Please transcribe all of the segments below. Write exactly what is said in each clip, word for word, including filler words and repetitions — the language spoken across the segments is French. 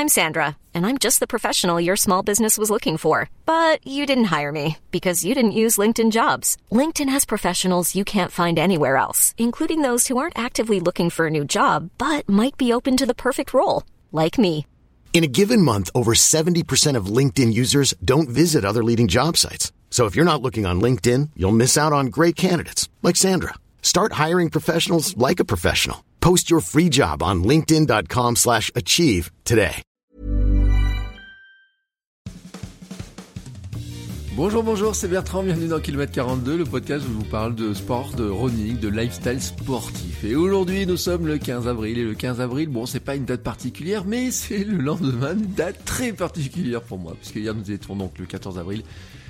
I'm Sandra, and I'm just the professional your small business was looking for. But you didn't hire me because you didn't use LinkedIn Jobs. LinkedIn has professionals you can't find anywhere else, including those who aren't actively looking for a new job, but might be open to the perfect role, like me. In a given month, over seventy percent of LinkedIn users don't visit other leading job sites. So if you're not looking on LinkedIn, you'll miss out on great candidates like Sandra. Start hiring professionals like a professional. Post your free job on linkedin.com slash achieve today. Bonjour, bonjour, c'est Bertrand, bienvenue dans Kilomètre quarante-deux, le podcast où je vous parle de sport, de running, de lifestyle sportif. Et aujourd'hui, nous sommes le quinze avril, et le quinze avril, bon, c'est pas une date particulière, mais c'est le lendemain d'une date très particulière pour moi, puisque hier nous étions donc le quatorze avril,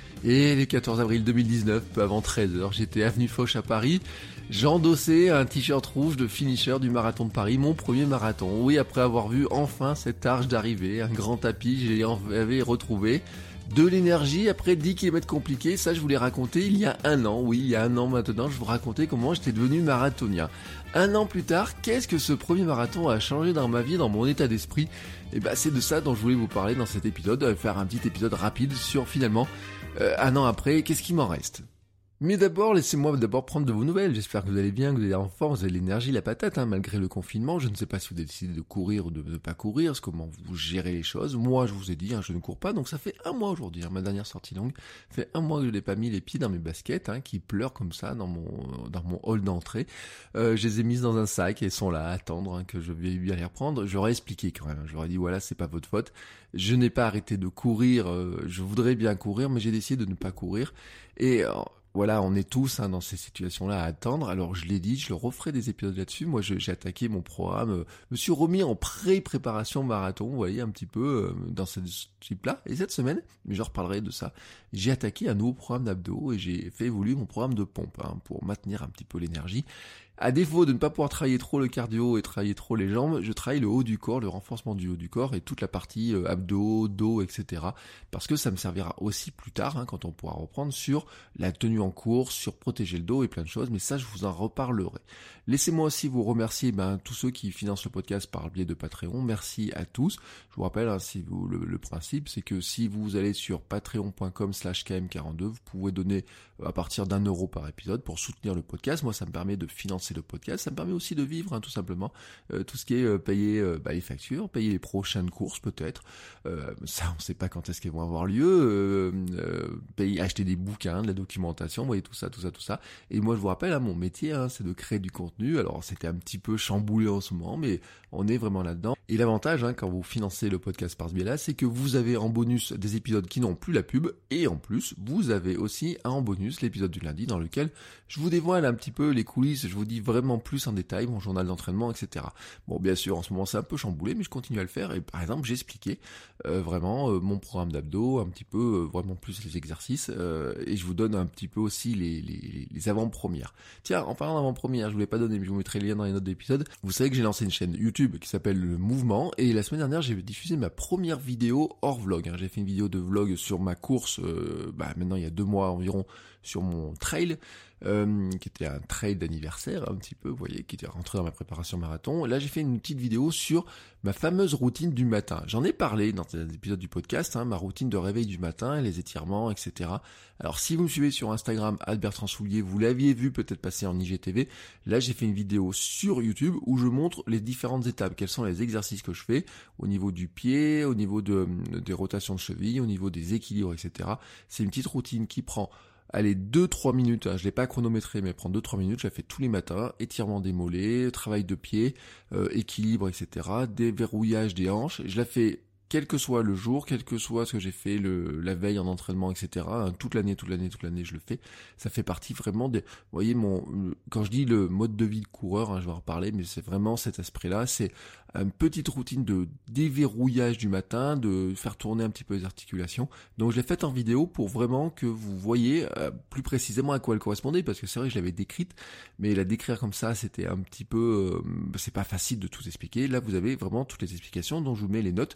et le quatorze avril deux mille dix-neuf, peu avant treize heures, j'étais avenue Foch à Paris, j'endossais un t-shirt rouge de finisher du marathon de Paris, mon premier marathon. Oui, après avoir vu enfin cette arche d'arrivée, un grand tapis, j'avais retrouvé de l'énergie après dix kilomètres compliqués. Ça, je vous l'ai raconté il y a un an. Oui, il y a un an maintenant, je vous racontais comment j'étais devenu marathonien. Un an plus tard, qu'est-ce que ce premier marathon a changé dans ma vie, dans mon état d'esprit? Et ben, c'est de ça dont je voulais vous parler dans cet épisode, faire un petit épisode rapide sur finalement, euh, un an après, qu'est-ce qui m'en reste? Mais d'abord, laissez-moi d'abord prendre de vos nouvelles. J'espère que vous allez bien, que vous êtes en forme, vous avez l'énergie, la patate, hein, malgré le confinement. Je ne sais pas si vous avez décidé de courir ou de ne pas courir, comment vous gérez les choses. Moi, je vous ai dit, hein, je ne cours pas, donc ça fait un mois aujourd'hui, hein, ma dernière sortie longue. Ça fait un mois que je n'ai pas mis les pieds dans mes baskets, hein, qui pleurent comme ça dans mon dans mon hall d'entrée. Euh, je les ai mises dans un sac et elles sont là à attendre, hein, que je vais bien les reprendre. J'aurais expliqué quand même, hein, j'aurais dit voilà, c'est pas votre faute. Je n'ai pas arrêté de courir, euh, je voudrais bien courir, mais j'ai décidé de ne pas courir. Et... Euh, Voilà, on est tous hein, dans ces situations-là à attendre. Alors je l'ai dit, je le referai des épisodes là-dessus. Moi, je, j'ai attaqué mon programme, euh, me suis remis en pré-préparation marathon, vous voyez, un petit peu euh, dans ce type-là. Et cette semaine, mais je reparlerai de ça, j'ai attaqué un nouveau programme d'abdos et j'ai fait évoluer mon programme de pompe hein, pour maintenir un petit peu l'énergie. À défaut de ne pas pouvoir travailler trop le cardio et travailler trop les jambes, je travaille le haut du corps, le renforcement du haut du corps et toute la partie euh, abdos, dos, et cetera. Parce que ça me servira aussi plus tard, hein, quand on pourra reprendre, sur la tenue en course, sur protéger le dos et plein de choses. Mais ça, je vous en reparlerai. Laissez-moi aussi vous remercier ben, tous ceux qui financent le podcast par le biais de Patreon. Merci à tous. Je vous rappelle, hein, si vous, le, le principe, c'est que si vous allez sur patreon.com slash km42, vous pouvez donner à partir d'un euro par épisode pour soutenir le podcast. Moi, ça me permet de financer le podcast. Ça me permet aussi de vivre, hein, tout simplement. Euh, tout ce qui est euh, payer euh, bah, les factures, payer les prochaines courses peut-être. Euh, ça, on ne sait pas quand est-ce qu'elles vont avoir lieu. Euh, euh, payer, acheter des bouquins, de la documentation, vous voyez, tout ça, tout ça, tout ça. Et moi, je vous rappelle, hein, mon métier, hein, c'est de créer du contenu. Alors, c'était un petit peu chamboulé en ce moment, mais on est vraiment là-dedans. Et l'avantage, hein, quand vous financez le podcast par ce biais-là, c'est que vous avez en bonus des épisodes qui n'ont plus la pub. Et en plus, vous avez aussi en bonus l'épisode du lundi dans lequel je vous dévoile un petit peu les coulisses. Je vous dis vraiment plus en détail mon journal d'entraînement, et cetera. Bon, bien sûr, en ce moment, c'est un peu chamboulé, mais je continue à le faire. Et par exemple, j'ai expliqué euh, vraiment euh, mon programme d'abdos, un petit peu, euh, vraiment plus les exercices. Euh, et je vous donne un petit peu aussi les, les, les avant-premières. Tiens, en parlant d'avant-premières, je vous l'ai pas donné, mais je vous mettrai le lien dans les notes d'épisode. Vous savez que j'ai lancé une chaîne YouTube qui s'appelle Le Mouvement. Et la semaine dernière, j'ai diffusé ma première vidéo hors vlog. Hein. J'ai fait une vidéo de vlog sur ma course, euh, bah, maintenant il y a deux mois environ, sur mon trail. Euh, qui était un trail d'anniversaire un petit peu, vous voyez, qui était rentré dans ma préparation marathon. Et là, j'ai fait une petite vidéo sur ma fameuse routine du matin. J'en ai parlé dans des épisodes du podcast, hein, ma routine de réveil du matin, les étirements, et cetera. Alors, si vous me suivez sur Instagram, arobase bertrand soulier, vous l'aviez vu peut-être passer en I G T V. Là, j'ai fait une vidéo sur YouTube où je montre les différentes étapes, quels sont les exercices que je fais au niveau du pied, au niveau de, des rotations de cheville, au niveau des équilibres, et cetera. C'est une petite routine qui prend allez, deux trois minutes, hein, je l'ai pas chronométré, mais prendre deux trois minutes, je la fais tous les matins, étirement des mollets, travail de pied, euh, équilibre, et cetera, déverrouillage des hanches, je la fais quel que soit le jour, quel que soit ce que j'ai fait le, la veille en entraînement, et cetera. Hein, toute l'année, toute l'année, toute l'année, je le fais. Ça fait partie vraiment des... Vous voyez, mon, quand je dis le mode de vie de coureur, hein, je vais en reparler, mais c'est vraiment cet esprit-là. C'est une petite routine de déverrouillage du matin, de faire tourner un petit peu les articulations. Donc je l'ai faite en vidéo pour vraiment que vous voyez euh, plus précisément à quoi elle correspondait, parce que c'est vrai que je l'avais décrite, mais la décrire comme ça, c'était un petit peu... Euh, c'est pas facile de tout expliquer. Là, vous avez vraiment toutes les explications, dont je vous mets les notes. Euh,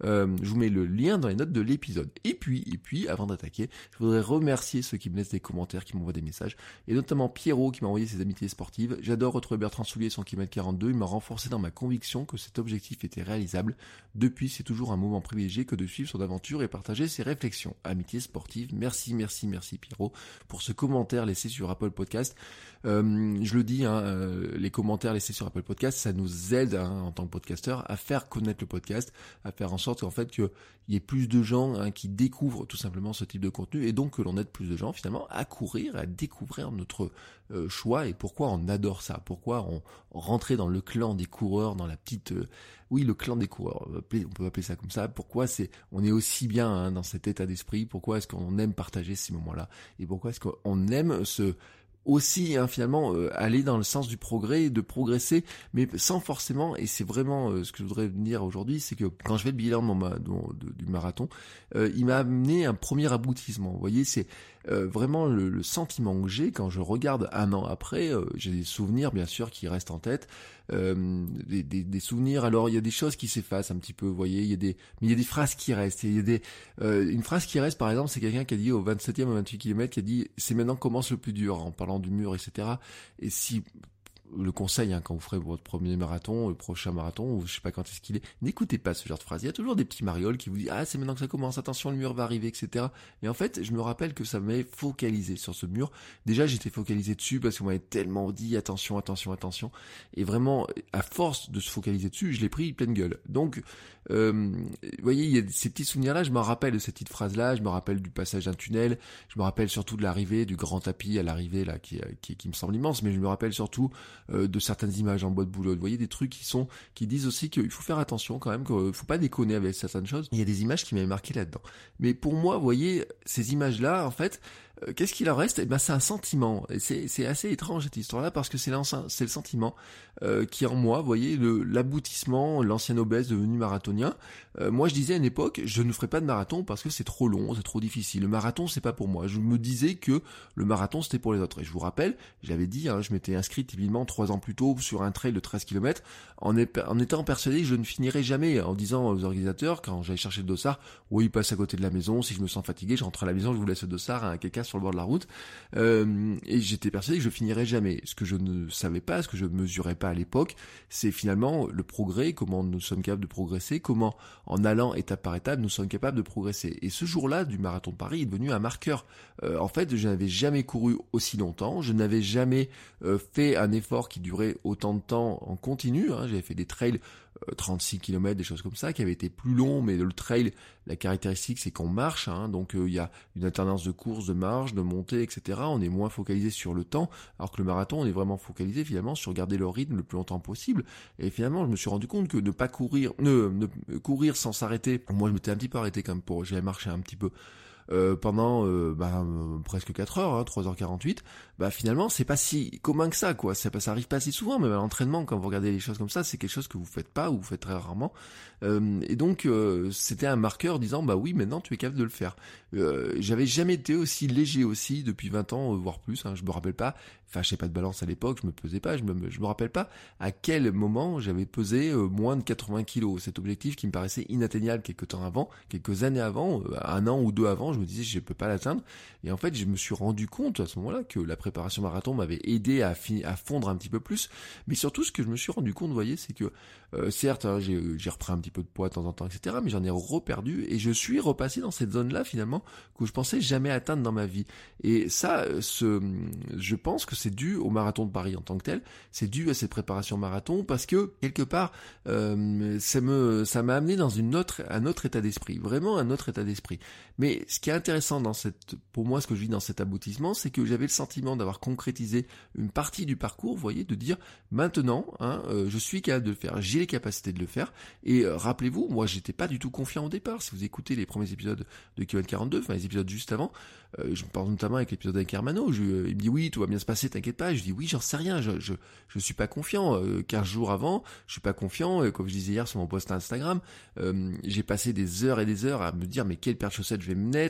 Euh, je vous mets le lien dans les notes de l'épisode. Et puis, et puis, avant d'attaquer, je voudrais remercier ceux qui me laissent des commentaires, qui m'envoient des messages, et notamment Pierrot qui m'a envoyé ses amitiés sportives. J'adore retrouver Bertrand Soulier son kilomètre quarante-deux. Il m'a renforcé dans ma conviction que cet objectif était réalisable. Depuis, c'est toujours un moment privilégié que de suivre son aventure et partager ses réflexions. Amitié sportive, merci, merci, merci Pierrot pour ce commentaire laissé sur Apple Podcast. Euh, je le dis, hein, euh, les commentaires laissés sur Apple Podcast, ça nous aide hein, en tant que podcasteur à faire connaître le podcast, à faire en sorte qu'en fait qu'il y ait plus de gens hein, qui découvrent tout simplement ce type de contenu et donc que l'on aide plus de gens finalement à courir, à découvrir notre euh, choix et pourquoi on adore ça, pourquoi on, on rentrait dans le clan des coureurs, dans la petite, euh, oui le clan des coureurs, on peut appeler ça comme ça, pourquoi c'est, on est aussi bien hein, dans cet état d'esprit, pourquoi est-ce qu'on aime partager ces moments-là et pourquoi est-ce qu'on aime ce aussi hein, finalement euh, aller dans le sens du progrès, de progresser, mais sans forcément, et c'est vraiment euh, ce que je voudrais dire aujourd'hui, c'est que quand je fais le bilan de mon, ma, de, de, du marathon, euh, il m'a amené un premier aboutissement. Vous voyez, c'est euh, vraiment le, le sentiment que j'ai quand je regarde un an après. Euh, j'ai des souvenirs bien sûr qui restent en tête, euh, des, des, des souvenirs. Alors il y a des choses qui s'effacent un petit peu, vous voyez, il y a des, mais il y a des phrases qui restent. Il y a des, euh, une phrase qui reste par exemple, c'est quelqu'un qui a dit au vingt-septième ou vingt-huit kilomètres, qui a dit c'est maintenant commence le plus dur en parlant du mur, et cetera. Et si le conseil hein, quand vous ferez votre premier marathon, le prochain marathon, ou je sais pas quand est-ce qu'il est, n'écoutez pas ce genre de phrase. Il y a toujours des petits marioles qui vous disent ah c'est maintenant que ça commence, attention le mur va arriver, et cetera. Et en fait je me rappelle que ça m'avait focalisé sur ce mur. Déjà j'étais focalisé dessus parce qu'on m'avait tellement dit attention, attention, attention. Et vraiment à force de se focaliser dessus, je l'ai pris pleine gueule. Donc euh, vous voyez il y a ces petits souvenirs là, je me rappelle de cette petite phrase là, je me rappelle du passage d'un tunnel, je me rappelle surtout de l'arrivée, du grand tapis à l'arrivée là qui, qui, qui me semble immense, mais je me rappelle surtout de certaines images en bois de Boulogne. Vous voyez des trucs qui sont qui disent aussi qu'il faut faire attention quand même, qu'il faut pas déconner avec certaines choses. Il y a des images qui m'avaient marqué là-dedans. Mais pour moi, vous voyez, ces images-là, en fait, euh, qu'est-ce qu'il en reste ? Eh ben, c'est un sentiment. Et c'est, c'est assez étrange cette histoire-là parce que c'est, c'est le sentiment euh, qui est en moi. Vous voyez, le, l'aboutissement, l'ancien obèse devenu marathonien. Euh, moi, je disais à une époque, je ne ferai pas de marathon parce que c'est trop long, c'est trop difficile. Le marathon, c'est pas pour moi. Je me disais que le marathon, c'était pour les autres. Et je vous rappelle, j'avais dit, hein, je m'étais inscrit typiquement trois ans plus tôt sur un trail de treize kilomètres en, est, en étant persuadé que je ne finirais jamais, en disant aux organisateurs, quand j'allais chercher le dossard, oui, il passe à côté de la maison, si je me sens fatigué, je rentre à la maison, je vous laisse le dossard à un caca sur le bord de la route, euh, et j'étais persuadé que je finirais jamais. Ce que je ne savais pas, ce que je ne mesurais pas à l'époque, c'est finalement le progrès, comment nous sommes capables de progresser, comment en allant étape par étape, nous sommes capables de progresser. Et ce jour-là du marathon de Paris est devenu un marqueur. Euh, en fait, je n'avais jamais couru aussi longtemps, je n'avais jamais euh, fait un effort qui durait autant de temps en continu, hein. J'avais fait des trails euh, trente-six kilomètres, des choses comme ça, qui avaient été plus longs, mais le trail, la caractéristique c'est qu'on marche, hein, donc il euh, y a une alternance de course, de marche, de montée, et cetera. On est moins focalisé sur le temps, alors que le marathon, on est vraiment focalisé finalement sur garder le rythme le plus longtemps possible. Et finalement, je me suis rendu compte que ne pas courir, ne, ne courir sans s'arrêter, moi je m'étais un petit peu arrêté quand même pour, j'avais marché un petit peu, Euh, pendant euh, bah, euh, presque quatre heures, hein, trois heures quarante-huit, bah finalement c'est pas si commun que ça, quoi. Ça, ça arrive pas si souvent, même à l'entraînement, quand vous regardez les choses comme ça, c'est quelque chose que vous faites pas ou vous faites très rarement. Euh, et donc euh, c'était un marqueur disant bah oui, maintenant tu es capable de le faire. Euh, j'avais jamais été aussi léger aussi depuis vingt ans, euh, voire plus, hein, je me rappelle pas, enfin je sais pas de balance à l'époque, je me pesais pas, je me, je me rappelle pas à quel moment j'avais pesé euh, moins de quatre-vingts kilos, cet objectif qui me paraissait inatteignable quelques temps avant, quelques années avant, euh, un an ou deux avant, je me disais je peux pas l'atteindre, et en fait je me suis rendu compte à ce moment-là que la préparation marathon m'avait aidé à, fi- à fondre un petit peu plus, mais surtout ce que je me suis rendu compte, vous voyez, c'est que euh, certes hein, j'ai, j'ai repris un petit peu de poids de temps en temps, et cetera, mais j'en ai reperdu, et je suis repassé dans cette zone-là finalement que je pensais jamais atteindre dans ma vie. Et ça, ce, je pense que c'est dû au marathon de Paris en tant que tel, c'est dû à cette préparation marathon, parce que quelque part euh, ça me ça m'a amené dans une autre un autre état d'esprit, vraiment un autre état d'esprit. Mais ce qui est intéressant dans cette, pour moi, ce que je vis dans cet aboutissement, c'est que j'avais le sentiment d'avoir concrétisé une partie du parcours, vous voyez, de dire maintenant, hein, euh, je suis capable de le faire, j'ai les capacités de le faire. Et euh, rappelez-vous, moi, j'étais pas du tout confiant au départ. Si vous écoutez les premiers épisodes de kilomètre quarante-deux, enfin les épisodes juste avant, euh, je parle notamment avec l'épisode avec Hermano. Je, euh, il me dit oui, tout va bien se passer, t'inquiète pas. Je dis oui, j'en sais rien, je je je suis pas confiant. Euh, quinze jours avant, je suis pas confiant. Euh, comme je disais hier sur mon post Instagram, euh, j'ai passé des heures et des heures à me dire mais quelle paire de chaussettes je vais me mettre.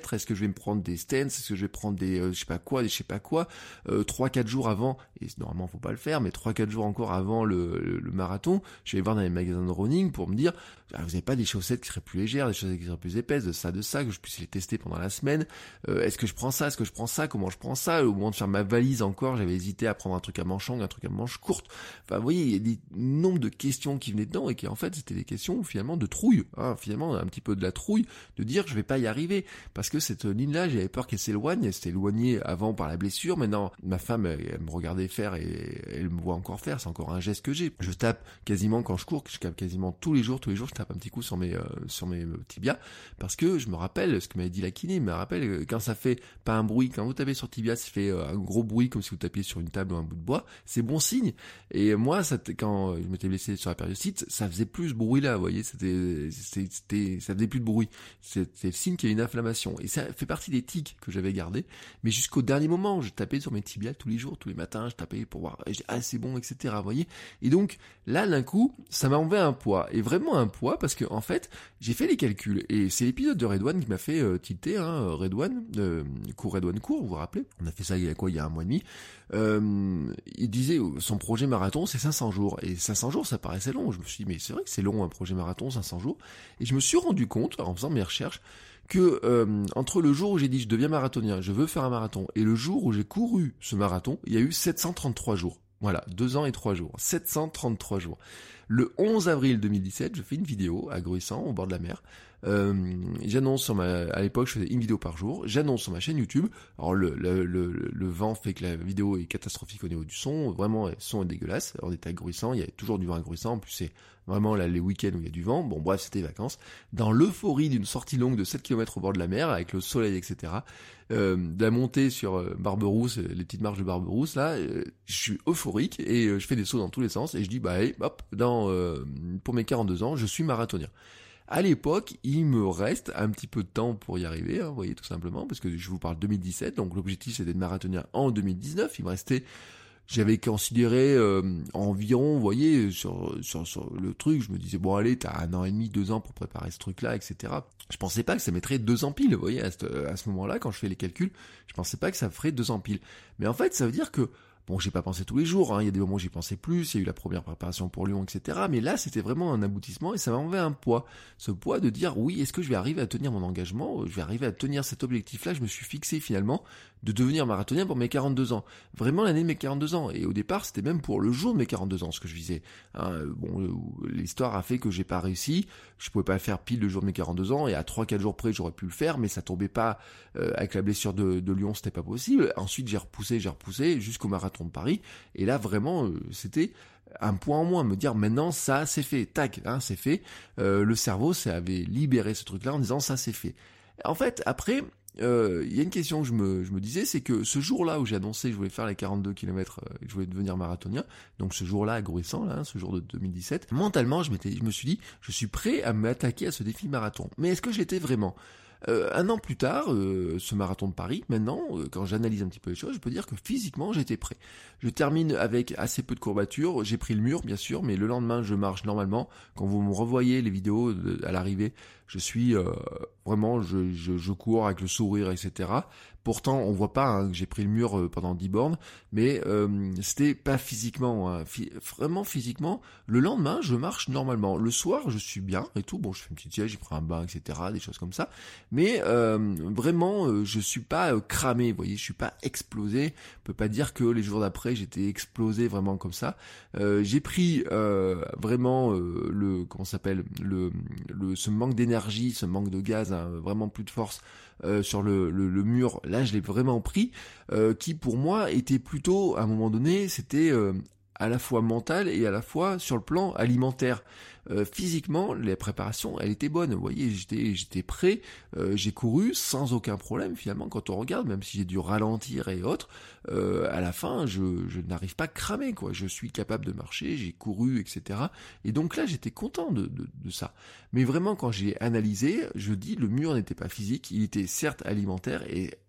mettre, est-ce que je vais me prendre des stents, est-ce que je vais prendre des euh, je sais pas quoi, des je sais pas quoi, euh, trois quatre jours avant, et normalement faut pas le faire, mais trois quatre jours encore avant le, le, le marathon, je vais voir dans les magasins de running pour me dire, ah, vous avez pas des chaussettes qui seraient plus légères, des chaussettes qui seraient plus épaisses, de ça, de ça, que je puisse les tester pendant la semaine, euh, est-ce que je prends ça, est-ce que je prends ça, comment je prends ça, au moment de faire ma valise encore, j'avais hésité à prendre un truc à manches longues, un truc à manches courtes, enfin vous voyez, il y a des nombres de questions qui venaient dedans, et qui en fait c'était des questions finalement de trouille, hein, finalement un petit peu de la trouille, de dire je vais pas y arriver, parce que cette ligne-là, j'avais peur qu'elle s'éloigne, elle s'était éloignée avant par la blessure, maintenant ma femme, elle, elle me regardait faire, et elle me voit encore faire, c'est encore un geste que j'ai, je tape quasiment quand je cours, je tape quasiment tous les jours, tous les jours je tape un petit coup sur mes euh, sur mes tibias, parce que je me rappelle ce que m'avait dit la kiné, me rappelle quand ça fait pas un bruit, quand vous tapez sur tibia, ça fait un gros bruit comme si vous tapiez sur une table ou un bout de bois, c'est bon signe. Et moi, ça, quand je m'étais blessé sur la périostite, ça faisait plus ce bruit-là, vous voyez, c'était, c'était, ça faisait plus de bruit. C'était le signe qu'il y a une inflammation. Et ça fait partie des tics que j'avais gardés. Mais jusqu'au dernier moment, je tapais sur mes tibias tous les jours, tous les matins, je tapais pour voir, et je dis, ah c'est bon, et cetera. Vous voyez. Et donc là, d'un coup, ça m'a enlevé un poids, et vraiment un poids, parce que en fait, j'ai fait les calculs, et c'est l'épisode de Redouane qui m'a fait euh, tilter, hein, Redouane, euh, cours Redouane cours, vous vous rappelez, on a fait ça il y a quoi, il y a un mois et demi. Euh, il disait son projet marathon c'est cinq cents jours, et cinq cents jours ça paraissait long. Je me suis dit mais c'est vrai que c'est long un projet marathon, cinq cents jours, et je me suis rendu compte en faisant mes recherches que euh, entre le jour où j'ai dit je deviens marathonien, je veux faire un marathon, et le jour où j'ai couru ce marathon, il y a eu sept cent trente-trois jours. Voilà, deux ans et trois jours, sept cent trente-trois jours. Le onze avril deux mille dix-sept, je fais une vidéo à Gruissant, au bord de la mer. Euh, j'annonce sur ma, à l'époque, je faisais une vidéo par jour. J'annonce sur ma chaîne YouTube. Alors le, le, le, le vent fait que la vidéo est catastrophique au niveau du son. Vraiment, le son est dégueulasse. On était à Gruissant, il y avait toujours du vent à Gruissant. En plus, c'est vraiment là les week-ends où il y a du vent. Bon, bref, c'était vacances. Dans l'euphorie d'une sortie longue de sept kilomètres au bord de la mer, avec le soleil, et cetera. Euh, de la montée sur euh, Barberousse, les petites marches de Barberousse, là, euh, je suis euphorique et euh, je fais des sauts dans tous les sens et je dis, bah allez, hop, dans, euh, pour mes quarante-deux ans, je suis marathonien. À l'époque, il me reste un petit peu de temps pour y arriver, hein, vous voyez, tout simplement, parce que je vous parle deux mille dix-sept, donc l'objectif c'était de marathonien en deux mille dix-neuf, il me restait, j'avais considéré euh, environ, vous voyez, sur, sur, sur le truc, je me disais, bon allez, t'as un an et demi, deux ans pour préparer ce truc-là, et cetera. Je pensais pas que ça mettrait deux ans pile, vous voyez, à ce, à ce moment-là, quand je fais les calculs, je pensais pas que ça ferait deux ans pile. Mais en fait, ça veut dire que, bon, j'ai pas pensé tous les jours, hein. Il y a des moments où j'y pensais plus, il y a eu la première préparation pour Lyon, et cetera. Mais là, c'était vraiment un aboutissement et ça m'a enlevé un poids. Ce poids de dire, oui, est-ce que je vais arriver à tenir mon engagement? Je vais arriver à tenir cet objectif-là. Je me suis fixé finalement de devenir marathonien pour mes quarante-deux ans. Vraiment l'année de mes quarante-deux ans. Et au départ, c'était même pour le jour de mes quarante-deux ans, ce que je visais. Hein, bon, l'histoire a fait que j'ai pas réussi. Je pouvais pas le faire pile le jour de mes quarante-deux ans et à trois quatre jours près, j'aurais pu le faire, mais ça tombait pas, euh, avec la blessure de, de Lyon, c'était pas possible. Ensuite, j'ai repoussé, j'ai repoussé jusqu'au marathon de Paris. Et là, vraiment, euh, c'était un point en moins, me dire maintenant ça c'est fait, tac, hein, c'est fait. Euh, le cerveau, ça avait libéré ce truc-là en disant ça c'est fait. En fait, après, il euh, y a une question que je me, je me disais, c'est que ce jour-là où j'ai annoncé que je voulais faire les quarante-deux kilomètres, euh, que je voulais devenir marathonien, donc ce jour-là à Gruissant, là, hein, ce jour de deux mille dix-sept, mentalement, je m'étais, je me suis dit, je suis prêt à m'attaquer à ce défi marathon. Mais est-ce que je l'étais vraiment ? Euh, un an plus tard, euh, ce marathon de Paris, maintenant, euh, quand j'analyse un petit peu les choses, je peux dire que physiquement, j'étais prêt. Je termine avec assez peu de courbatures, j'ai pris le mur, bien sûr, mais le lendemain, je marche normalement. Quand vous me revoyez les vidéos de, à l'arrivée, je suis euh, vraiment, je, je, je cours avec le sourire, et cetera. Pourtant, on voit pas hein, que j'ai pris le mur euh, pendant dix bornes, mais euh, c'était pas physiquement, hein, fi- vraiment physiquement. Le lendemain, je marche normalement. Le soir, je suis bien et tout. Bon, je fais une petite sieste, j'ai pris un bain, et cetera. Des choses comme ça. Mais euh, vraiment, euh, je suis pas euh, cramé. Vous voyez, je suis pas explosé. On peut pas dire que les jours d'après, j'étais explosé vraiment comme ça. Euh, j'ai pris euh, vraiment euh, le, comment ça s'appelle, le, le, ce manque d'énergie, ce manque de gaz, hein, vraiment plus de force. Euh, sur le, le, le mur, là je l'ai vraiment pris, euh, qui pour moi était plutôt, à un moment donné, c'était euh, à la fois mental et à la fois sur le plan alimentaire. Euh, physiquement, les préparations, elle était bonne. Vous voyez, j'étais, j'étais prêt, euh, j'ai couru sans aucun problème finalement. Quand on regarde, même si j'ai dû ralentir et autres, euh, à la fin, je, je n'arrive pas à cramer quoi. Je suis capable de marcher, j'ai couru, et cetera. Et donc là, j'étais content de, de, de ça. Mais vraiment, quand j'ai analysé, je dis le mur n'était pas physique, il était certes alimentaire et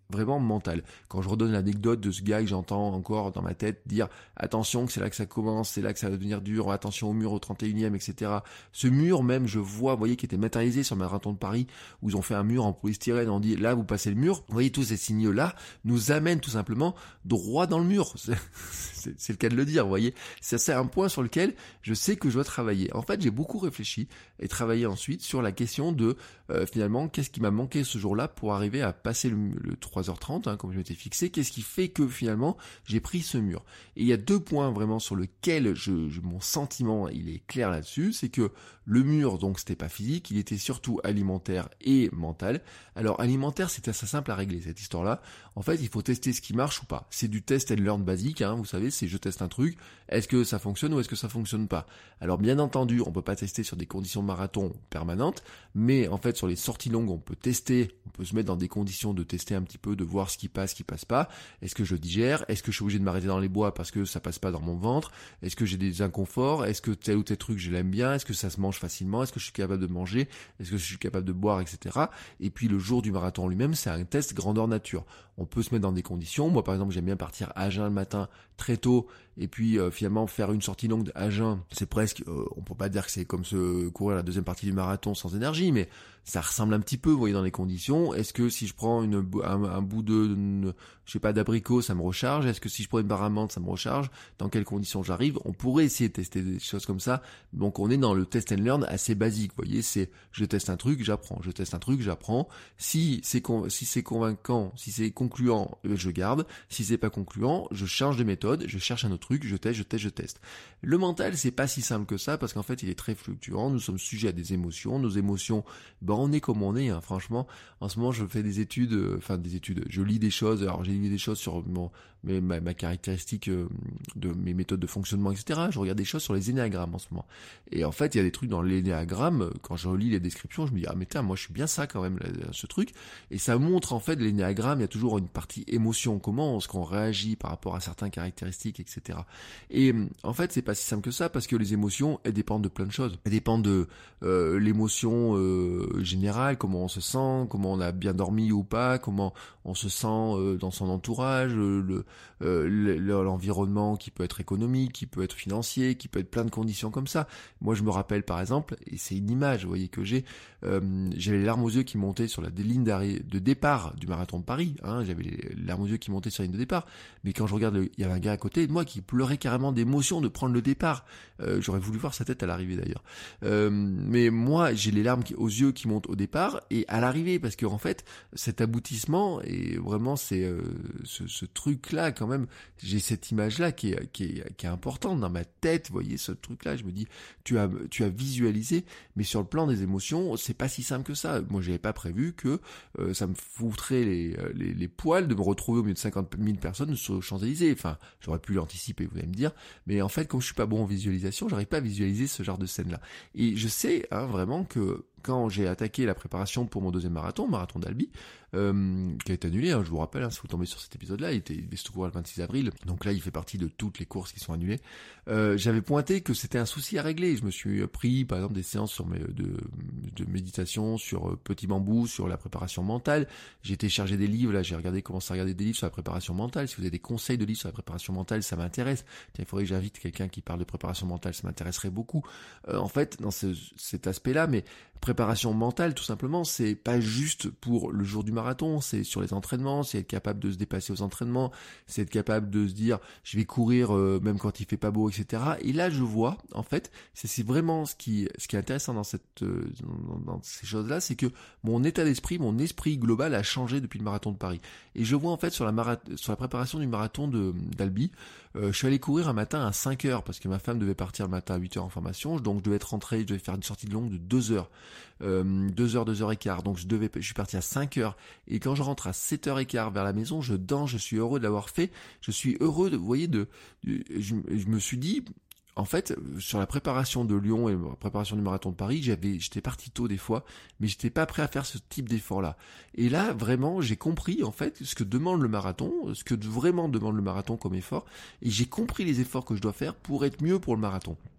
vraiment mental. Quand je redonne l'anecdote de ce gars que j'entends encore dans ma tête dire attention que c'est là que ça commence, c'est là que ça va devenir dur, attention au mur au trente et unième, et cetera. Ce mur même, je vois, vous voyez, qui était matérialisé sur le marathon de Paris, où ils ont fait un mur en polystyrène, on dit là vous passez le mur, vous voyez tous ces signaux-là nous amènent tout simplement droit dans le mur. C'est, c'est, c'est le cas de le dire, vous voyez. Ça, c'est un point sur lequel je sais que je dois travailler. En fait, j'ai beaucoup réfléchi et travaillé ensuite sur la question de euh, finalement qu'est-ce qui m'a manqué ce jour-là pour arriver à passer le, le trois heures trente, hein, comme je m'étais fixé, qu'est-ce qui fait que finalement j'ai pris ce mur. Et il y a deux points vraiment sur lesquels je, je, mon sentiment il est clair là-dessus, c'est que le mur, donc c'était pas physique, il était surtout alimentaire et mental. Alors alimentaire, c'est assez simple à régler cette histoire-là. En fait, il faut tester ce qui marche ou pas. C'est du test and learn basique, hein, vous savez, c'est je teste un truc, est-ce que ça fonctionne ou est-ce que ça fonctionne pas. Alors bien entendu, on peut pas tester sur des conditions de marathon permanentes, mais en fait sur les sorties longues, on peut tester, on peut se mettre dans des conditions de tester un petit peu, de voir ce qui passe, ce qui passe pas. Est-ce que je digère? Est-ce que je suis obligé de m'arrêter dans les bois parce que ça passe pas dans mon ventre? Est-ce que j'ai des inconforts? Est-ce que tel ou tel truc je l'aime bien? Est-ce que ça se mange facilement? Est-ce que je suis capable de manger? Est-ce que je suis capable de boire, et cetera. Et puis le jour du marathon lui-même, c'est un test grandeur nature. On peut se mettre dans des conditions. Moi par exemple, j'aime bien partir à jeun le matin très tôt et puis euh, finalement faire une sortie longue à jeun. C'est presque, euh, on peut pas dire que c'est comme se courir la deuxième partie du marathon sans énergie, mais ça ressemble un petit peu, vous voyez, dans les conditions. Est-ce que si je prends une, un, un bout de, une, je sais pas, d'abricot, ça me recharge? Est-ce que si je prends une barre à menthe, ça me recharge? Dans quelles conditions j'arrive? On pourrait essayer de tester des choses comme ça. Donc on est dans le test and learn assez basique, vous voyez, c'est je teste un truc, j'apprends, je teste un truc, j'apprends. Si c'est con, si c'est convaincant, si c'est concluant, je garde. Si c'est pas concluant, je change de méthode, je cherche un autre truc, je teste, je teste, je teste. Le mental, c'est pas si simple que ça parce qu'en fait, il est très fluctuant. Nous sommes sujets à des émotions. Nos émotions, ben on est comme on est. Hein. Franchement, en ce moment, je fais des études, euh, enfin des études. Je lis des choses. Alors, j'ai lu des choses sur mon, mes, ma, ma caractéristique euh, de mes méthodes de fonctionnement, et cetera. Je regarde des choses sur les énéagrammes en ce moment. Et en fait, il y a des trucs dans l'énéagramme. Quand je relis les descriptions, je me dis ah mais tiens, moi je suis bien ça quand même, ce truc. Et ça montre en fait l'énéagramme. Il y a toujours une partie émotion. Comment est-ce qu'on réagit par rapport à certaines caractéristiques, et cetera. Et en fait, c'est pas si simple que ça parce que les émotions, elles dépendent de plein de choses. Elles dépendent de euh, l'émotion euh, générale, comment on se sent, comment on a bien dormi ou pas, comment on se sent euh, dans son entourage, euh, le, euh, l'environnement qui peut être économique, qui peut être financier, qui peut être plein de conditions comme ça. Moi, je me rappelle par exemple, et c'est une image, vous voyez que j'ai, euh, j'avais les larmes aux yeux qui montaient sur la ligne de départ du marathon de Paris. Hein, j'avais les larmes aux yeux qui montaient sur la ligne de départ. Mais quand je regarde, le, il y avait un gars à côté de moi qui pleurait carrément d'émotion de prendre le départ. Euh, j'aurais voulu voir sa tête à l'arrivée d'ailleurs. Euh, mais moi, j'ai les larmes qui, aux yeux qui montent au départ et à l'arrivée parce que en fait, cet aboutissement et vraiment c'est euh, ce, ce truc-là quand même. J'ai cette image-là qui est, qui est qui est importante dans ma tête. Vous voyez ce truc-là, je me dis, tu as tu as visualisé, mais sur le plan des émotions, c'est pas si simple que ça. Moi, j'avais pas prévu que euh, ça me foutrait les, les les poils de me retrouver au milieu de cinquante mille personnes sur les Champs-Élysées. Enfin, j'aurais pu l'anticiper, vous allez me dire. Mais en fait, comme je suis pas bon en visualisation, j'arrive pas à visualiser ce genre de scène-là. Et je sais hein, vraiment que quand j'ai attaqué la préparation pour mon deuxième marathon, marathon d'Albi, euh, qui a été annulé, hein, je vous rappelle, hein, si vous tombez sur cet épisode-là, il était il devait se courir le vingt-six avril, donc là il fait partie de toutes les courses qui sont annulées. Euh, j'avais pointé que c'était un souci à régler. Je me suis pris par exemple des séances sur mes, de, de méditation, sur Petit Bambou, sur la préparation mentale. J'ai téléchargé des livres, là j'ai regardé comment ça regarder des livres sur la préparation mentale. Si vous avez des conseils de livres sur la préparation mentale, ça m'intéresse. Tiens, il faudrait que j'invite quelqu'un qui parle de préparation mentale, ça m'intéresserait beaucoup. Euh, en fait, dans ce, cet aspect-là, mais préparation mentale, tout simplement, c'est pas juste pour le jour du marathon, c'est sur les entraînements, c'est être capable de se dépasser aux entraînements, c'est être capable de se dire, je vais courir euh, même quand il fait pas beau, et cetera. Et là, je vois, en fait, c'est, c'est vraiment ce qui, ce qui est intéressant dans cette, euh, dans, dans ces choses-là, c'est que mon état d'esprit, mon esprit global a changé depuis le marathon de Paris. Et je vois en fait sur la mara- sur la préparation du marathon de d'Albi, euh, je suis allé courir un matin à cinq heures parce que ma femme devait partir le matin à huit heures en formation, donc je devais être rentré, je devais faire une sortie de longue de deux heures. Euh, deux heures, deux heures et quart, donc je devais, je suis parti à cinq heures, et quand je rentre à sept heures et quart vers la maison, je danse, je suis heureux de l'avoir fait, je suis heureux de, vous voyez, de, de je, je me suis dit, en fait, sur la préparation de Lyon et la préparation du marathon de Paris, j'avais, j'étais parti tôt des fois, mais j'étais pas prêt à faire ce type d'effort-là. Et là, vraiment, j'ai compris, en fait, ce que demande le marathon, ce que vraiment demande le marathon comme effort, et j'ai compris les efforts que je dois faire pour être mieux pour le marathon.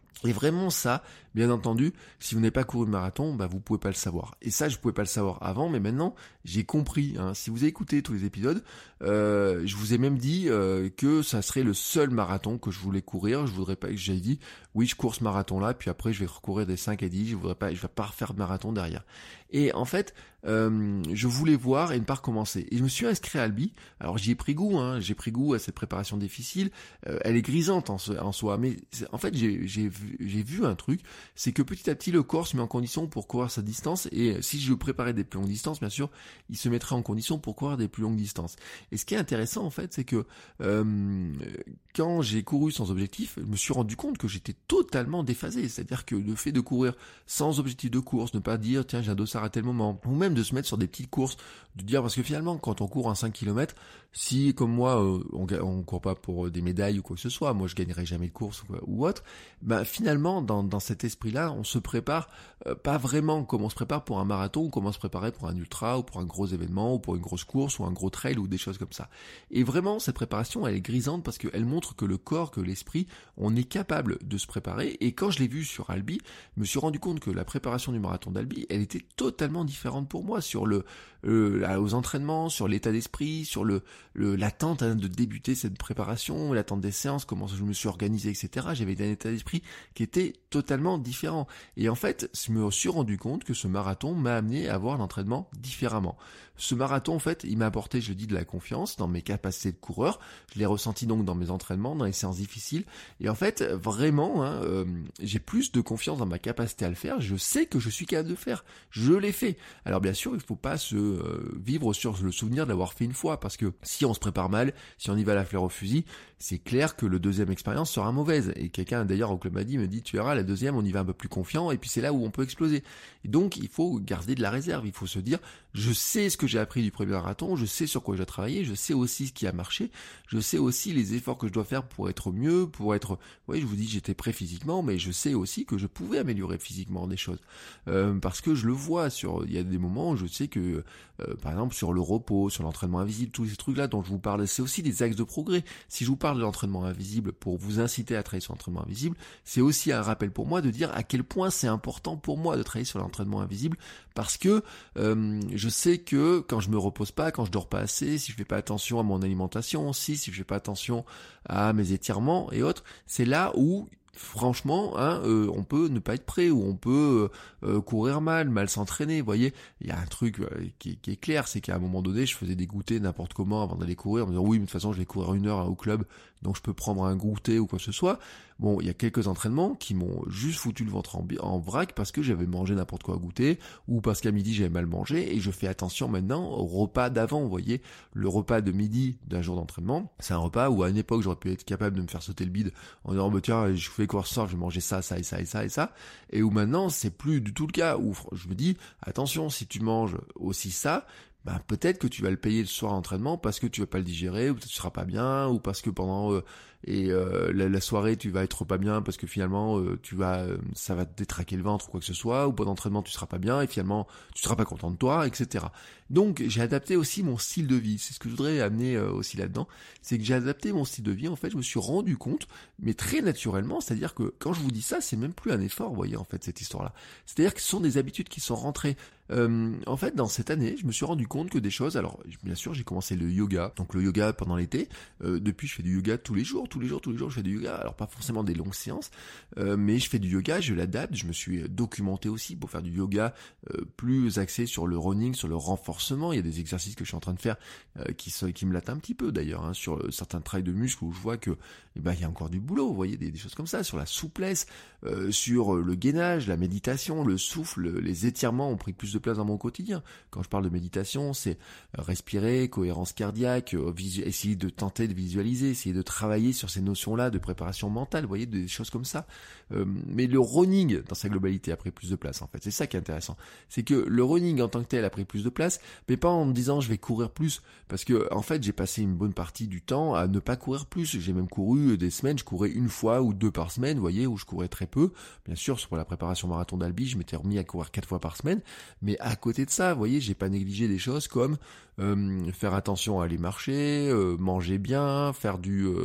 Et vraiment ça, bien entendu, si vous n'avez pas couru de marathon, bah vous pouvez pas le savoir. Et ça, je pouvais pas le savoir avant, mais maintenant, j'ai compris. Hein. Si vous avez écouté tous les épisodes, euh, je vous ai même dit euh, que ça serait le seul marathon que je voulais courir. Je voudrais pas que j'ai dit, oui, je cours ce marathon-là, puis après, je vais recourir des cinq et dix. Je voudrais pas, je vais pas refaire de marathon derrière. Et en fait, euh, je voulais voir et ne pas recommencer. Et je me suis inscrit à Albi. Alors j'y ai pris goût, hein. J'ai pris goût à cette préparation difficile. Euh, elle est grisante en, en soi, mais en fait, j'ai, j'ai vu j'ai vu un truc, c'est que petit à petit le corps se met en condition pour courir sa distance, et si je préparais des plus longues distances, bien sûr, il se mettrait en condition pour courir des plus longues distances. Et ce qui est intéressant en fait, c'est que euh, quand j'ai couru sans objectif, je me suis rendu compte que j'étais totalement déphasé, c'est-à-dire que le fait de courir sans objectif de course, ne pas dire tiens j'ai un dossard à tel moment, ou même de se mettre sur des petites courses, de dire parce que finalement quand on court un cinq kilomètres, si comme moi euh, on, on court pas pour des médailles ou quoi que ce soit, moi je gagnerai jamais de course ou, quoi, ou autre, ben finalement dans, dans cet esprit-là, on se prépare euh, pas vraiment comme on se prépare pour un marathon, ou comme on se préparait pour un ultra ou pour un gros événement ou pour une grosse course ou un gros trail ou des choses comme ça. Et vraiment cette préparation elle est grisante parce qu'elle montre que le corps, que l'esprit, on est capable de se préparer. Et quand je l'ai vu sur Albi, je me suis rendu compte que la préparation du marathon d'Albi, elle était totalement différente pour moi sur le euh, aux entraînements, sur l'état d'esprit, sur le, le l'attente hein, de débuter cette préparation, l'attente des séances, comment je me suis organisé, et cetera. J'avais un état d'esprit qui était totalement différent. Et en fait, je me suis rendu compte que ce marathon m'a amené à voir l'entraînement différemment. Ce marathon, en fait, il m'a apporté, je dis, de la confiance dans mes capacités de coureur. Je l'ai ressenti donc dans mes entraînements, dans les séances difficiles. Et en fait, vraiment, hein, euh, j'ai plus de confiance dans ma capacité à le faire. Je sais que je suis capable de le faire. Je l'ai fait. Alors bien sûr, il ne faut pas se euh, vivre sur le souvenir de l'avoir fait une fois, parce que si on se prépare mal, si on y va à la fleur au fusil, c'est clair que le deuxième expérience sera mauvaise. Et quelqu'un d'ailleurs au club m'a dit, me dit, tu verras, la deuxième, on y va un peu plus confiant, et puis c'est là où on peut exploser. Et donc, il faut garder de la réserve. Il faut se dire, je sais ce que j'ai appris du premier marathon, je sais sur quoi j'ai travaillé, je sais aussi ce qui a marché, je sais aussi les efforts que je dois faire pour être mieux, pour être... Oui, je vous dis, j'étais prêt physiquement, mais je sais aussi que je pouvais améliorer physiquement des choses. Euh, parce que je le vois, sur, il y a des moments où je sais que, euh, par exemple, sur le repos, sur l'entraînement invisible, tous ces trucs-là dont je vous parle, c'est aussi des axes de progrès. Si je vous parle de l'entraînement invisible pour vous inciter à travailler sur l'entraînement invisible, c'est aussi un rappel pour moi de dire à quel point c'est important pour moi de travailler sur l'entraînement invisible, parce que euh, je sais que quand je me repose pas, quand je dors pas assez, si je fais pas attention à mon alimentation aussi, si je fais pas attention à mes étirements et autres, c'est là où franchement, hein, euh, on peut ne pas être prêt, ou on peut euh, courir mal, mal s'entraîner. Vous voyez, il y a un truc euh, qui, qui est clair, c'est qu'à un moment donné, je faisais des goûters n'importe comment avant d'aller courir, en me disant oui, mais de toute façon, je vais courir une heure au club, donc je peux prendre un goûter ou quoi que ce soit. Bon, il y a quelques entraînements qui m'ont juste foutu le ventre en, en vrac parce que j'avais mangé n'importe quoi à goûter, ou parce qu'à midi j'avais mal mangé, et je fais attention maintenant au repas d'avant. Vous voyez, le repas de midi d'un jour d'entraînement, c'est un repas où à une époque j'aurais pu être capable de me faire sauter le bide en disant bah, tiens, je fais quoi ce soir, je vais manger ça, ça et ça et ça et ça, et où maintenant c'est plus du tout le cas, où je me dis attention, si tu manges aussi ça, bah peut-être que tu vas le payer le soir à l'entraînement parce que tu vas pas le digérer, ou peut-être que tu seras pas bien, ou parce que pendant euh, et euh, la, la soirée tu vas être pas bien parce que finalement euh, tu vas euh, ça va te détraquer le ventre ou quoi que ce soit, ou pendant l'entraînement tu seras pas bien et finalement tu seras pas content de toi, et cetera. Donc j'ai adapté aussi mon style de vie. C'est ce que je voudrais amener euh, aussi là-dedans, c'est que j'ai adapté mon style de vie. En fait, je me suis rendu compte, mais très naturellement, c'est-à-dire que quand je vous dis ça, c'est même plus un effort, vous voyez, en fait, cette histoire-là. C'est-à-dire que ce sont des habitudes qui sont rentrées. Euh, en fait, dans cette année, je me suis rendu compte que des choses, alors bien sûr j'ai commencé le yoga, donc le yoga pendant l'été, euh, depuis je fais du yoga tous les jours, tous les jours, tous les jours je fais du yoga, alors pas forcément des longues séances, euh, mais je fais du yoga, je l'adapte, je me suis documenté aussi pour faire du yoga euh, plus axé sur le running, sur le renforcement. Il y a des exercices que je suis en train de faire euh, qui, qui me lattent un petit peu d'ailleurs, hein, sur euh, certains trails de muscles où je vois que eh ben, il y a encore du boulot, vous voyez, des, des choses comme ça, sur la souplesse, euh, sur le gainage, la méditation, le souffle, les étirements ont pris plus de place dans mon quotidien. Quand je parle de méditation, c'est respirer, cohérence cardiaque, visu- essayer de tenter de visualiser, essayer de travailler sur ces notions-là de préparation mentale, vous voyez, des choses comme ça. Euh, mais le running, dans sa globalité, a pris plus de place, en fait. C'est ça qui est intéressant. C'est que le running en tant que tel a pris plus de place, mais pas en me disant je vais courir plus, parce que en fait j'ai passé une bonne partie du temps à ne pas courir plus. J'ai même couru des semaines, je courais une fois ou deux par semaine, vous voyez, où je courais très peu. Bien sûr, pour la préparation marathon d'Albi, je m'étais remis à courir quatre fois par semaine, mais à côté de ça, vous voyez, j'ai pas négligé des choses comme euh, faire attention à aller marcher, euh, manger bien, faire du euh,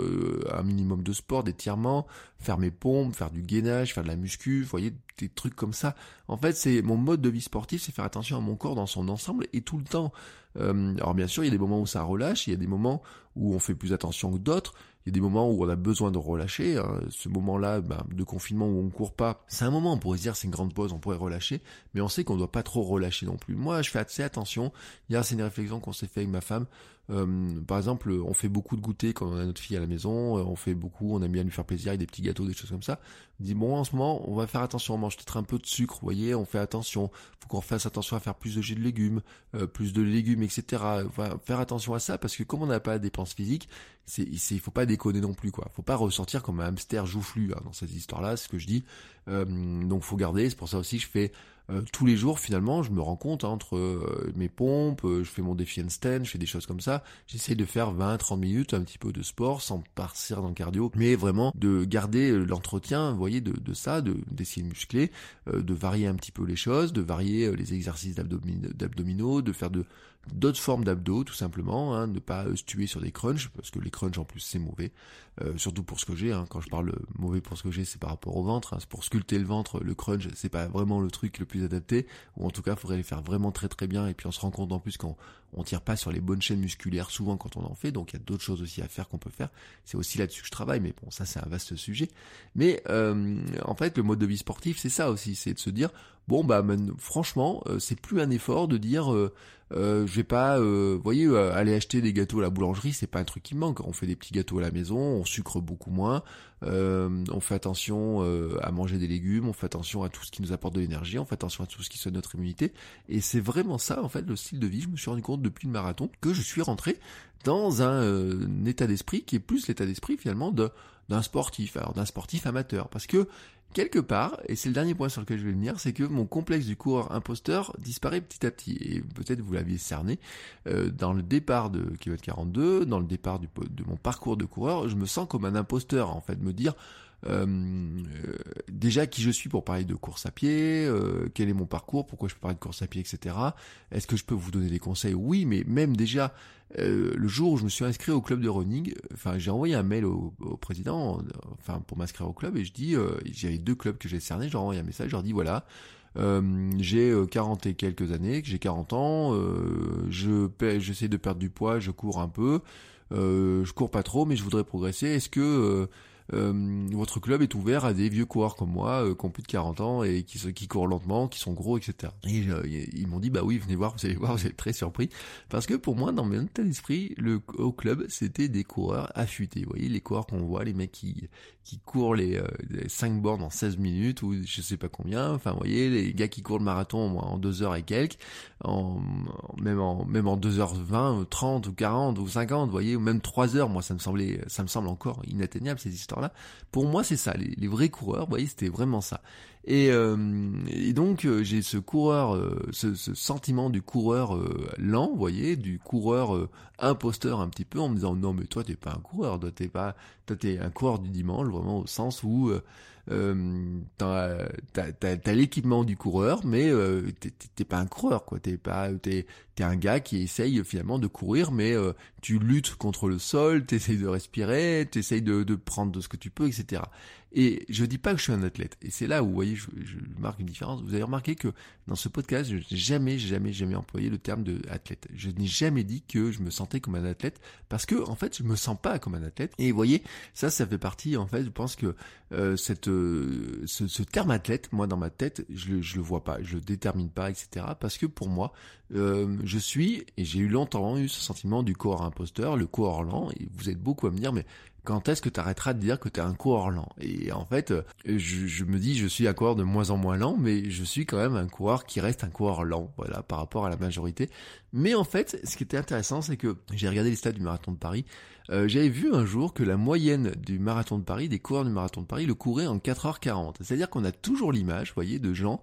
un minimum de sport, d'étirement, faire mes pompes, faire du gainage, faire de la muscu, vous voyez, des trucs comme ça. En fait, c'est mon mode de vie sportif, c'est faire attention à mon corps dans son ensemble et tout le temps. Euh, alors bien sûr, il y a des moments où ça relâche, il y a des moments où on fait plus attention que d'autres, il y a des moments où on a besoin de relâcher. Hein. Ce moment-là ben, de confinement où on court pas, c'est un moment, on pourrait se dire c'est une grande pause, on pourrait relâcher, mais on sait qu'on doit pas trop relâcher non plus. Moi, je fais assez attention. Hier, c'est une réflexion qu'on s'est fait avec ma femme. Euh, par exemple, on fait beaucoup de goûter quand on a notre fille à la maison, on fait beaucoup, on aime bien lui faire plaisir avec des petits gâteaux, des choses comme ça. On dit bon, en ce moment, on va faire attention, on mange peut-être un peu de sucre, vous voyez, on fait attention, faut qu'on fasse attention à faire plus de jus de légumes, euh, plus de légumes, et cetera. On va faire attention à ça parce que comme on n'a pas la dépense physique, c'est, c'est, il faut pas déconner non plus, quoi. Faut pas ressortir comme un hamster joufflu hein, dans cette histoire-là, c'est ce que je dis. Euh, donc faut garder, c'est pour ça aussi que je fais Euh, tous les jours finalement, je me rends compte hein, entre euh, mes pompes, euh, je fais mon défi handstand, je fais des choses comme ça, j'essaie de faire vingt à trente minutes, un petit peu de sport sans partir dans le cardio, mais vraiment de garder euh, l'entretien, vous voyez, de, de ça, de, d'essayer de muscler, euh, de varier un petit peu les choses, de varier euh, les exercices d'abdomin- d'abdominaux, de faire de d'autres formes d'abdos tout simplement, hein, ne pas euh, se tuer sur des crunchs, parce que les crunchs en plus c'est mauvais, euh, surtout pour ce que j'ai, hein, quand je parle mauvais pour ce que j'ai c'est par rapport au ventre, hein, c'est pour sculpter le ventre, le crunch c'est pas vraiment le truc le plus adapté, ou en tout cas il faudrait les faire vraiment très très bien, et puis on se rend compte en plus qu'on on tire pas sur les bonnes chaînes musculaires souvent quand on en fait, donc il y a d'autres choses aussi à faire qu'on peut faire, c'est aussi là-dessus que je travaille, mais bon ça c'est un vaste sujet, mais euh, en fait le mode de vie sportif c'est ça aussi, c'est de se dire bon bah man, franchement euh, c'est plus un effort de dire euh, euh, je vais pas euh, vous voyez euh, aller acheter des gâteaux à la boulangerie, c'est pas un truc qui me manque, on fait des petits gâteaux à la maison, on sucre beaucoup moins, euh, on fait attention euh, à manger des légumes, on fait attention à tout ce qui nous apporte de l'énergie, on fait attention à tout ce qui soigne notre immunité, et c'est vraiment ça en fait le style de vie. Je me suis rendu compte depuis le marathon que je suis rentré dans un, euh, un état d'esprit qui est plus l'état d'esprit finalement de d'un sportif, alors d'un sportif amateur, parce que quelque part, et c'est le dernier point sur lequel je vais venir, c'est que mon complexe du coureur imposteur disparaît petit à petit, et peut-être vous l'aviez cerné, euh, dans le départ de kilomètre quarante-deux, dans le départ du, de mon parcours de coureur, je me sens comme un imposteur, en fait, me dire, euh, euh, déjà qui je suis pour parler de course à pied, euh, quel est mon parcours, pourquoi je peux parler de course à pied, et cetera. Est-ce que je peux vous donner des conseils? Oui, mais même déjà, Euh, le jour où je me suis inscrit au club de running, enfin j'ai envoyé un mail au, au président, enfin pour m'inscrire au club, et je dis, euh, j'avais deux clubs que j'ai cernés, je leur envoyé un message, je leur dis voilà, euh, j'ai quarante et quelques années, que j'ai quarante ans, euh, je j'essaie de perdre du poids, je cours un peu, euh, je cours pas trop, mais je voudrais progresser. Est-ce que euh, Euh, votre club est ouvert à des vieux coureurs comme moi, euh, qui ont plus de quarante ans et qui, qui courent lentement, qui sont gros, et cetera. Et euh, ils m'ont dit bah oui, venez voir, vous allez voir, vous allez être très surpris, parce que pour moi, dans mon état d'esprit, le au club, c'était des coureurs affûtés. Vous voyez, les coureurs qu'on voit, les mecs qui qui courent les, euh, les cinq bornes en seize minutes ou je sais pas combien. Enfin, vous voyez, les gars qui courent le marathon en deux heures et quelques, en, même en même en deux heures vingt, trente ou quarante ou cinquante, vous voyez, ou même trois heures. Moi, ça me semblait, ça me semble encore inatteignable ces histoires. Là. Pour moi, c'est ça, les, les vrais coureurs, vous voyez, c'était vraiment ça. Et, euh, et donc, euh, j'ai ce coureur, euh, ce, ce sentiment du coureur euh, lent, vous voyez, du coureur euh, imposteur un petit peu, en me disant, non, mais toi, t'es pas un coureur, toi, t'es pas, toi, t'es un coureur du dimanche, vraiment au sens où euh, euh, t'as, t'as, t'as, t'as l'équipement du coureur, mais euh, t'es, t'es pas un coureur, quoi. T'es pas, t'es, t'es un gars qui essaye finalement de courir, mais euh, tu luttes contre le sol, t'essayes de respirer, t'essayes de, de prendre de ce que tu peux, et cetera. Et je dis pas que je suis un athlète. Et c'est là où, vous voyez, je, je marque une différence. Vous avez remarqué que dans ce podcast, je n'ai jamais, jamais, jamais employé le terme de athlète. Je n'ai jamais dit que je me sentais comme un athlète, parce que en fait, je me sens pas comme un athlète. Et vous voyez, ça, ça fait partie, en fait, je pense que euh, cette, euh, ce, ce terme athlète, moi, dans ma tête, je le, je le vois pas, je le détermine pas, et cetera. Parce que pour moi, euh, je suis, et j'ai eu longtemps eu ce sentiment du coureur imposteur, le coureur lent. Et vous êtes beaucoup à me dire, mais quand est-ce que tu arrêteras de dire que tu es un coureur lent? Et en fait, je, je me dis, je suis un coureur de moins en moins lent, mais je suis quand même un coureur qui reste un coureur lent, voilà, par rapport à la majorité. Mais en fait, ce qui était intéressant, c'est que j'ai regardé les stats du marathon de Paris. Euh, j'avais vu un jour que la moyenne du marathon de Paris, des coureurs du marathon de Paris, le couraient en quatre heures quarante. C'est-à-dire qu'on a toujours l'image, vous voyez, de gens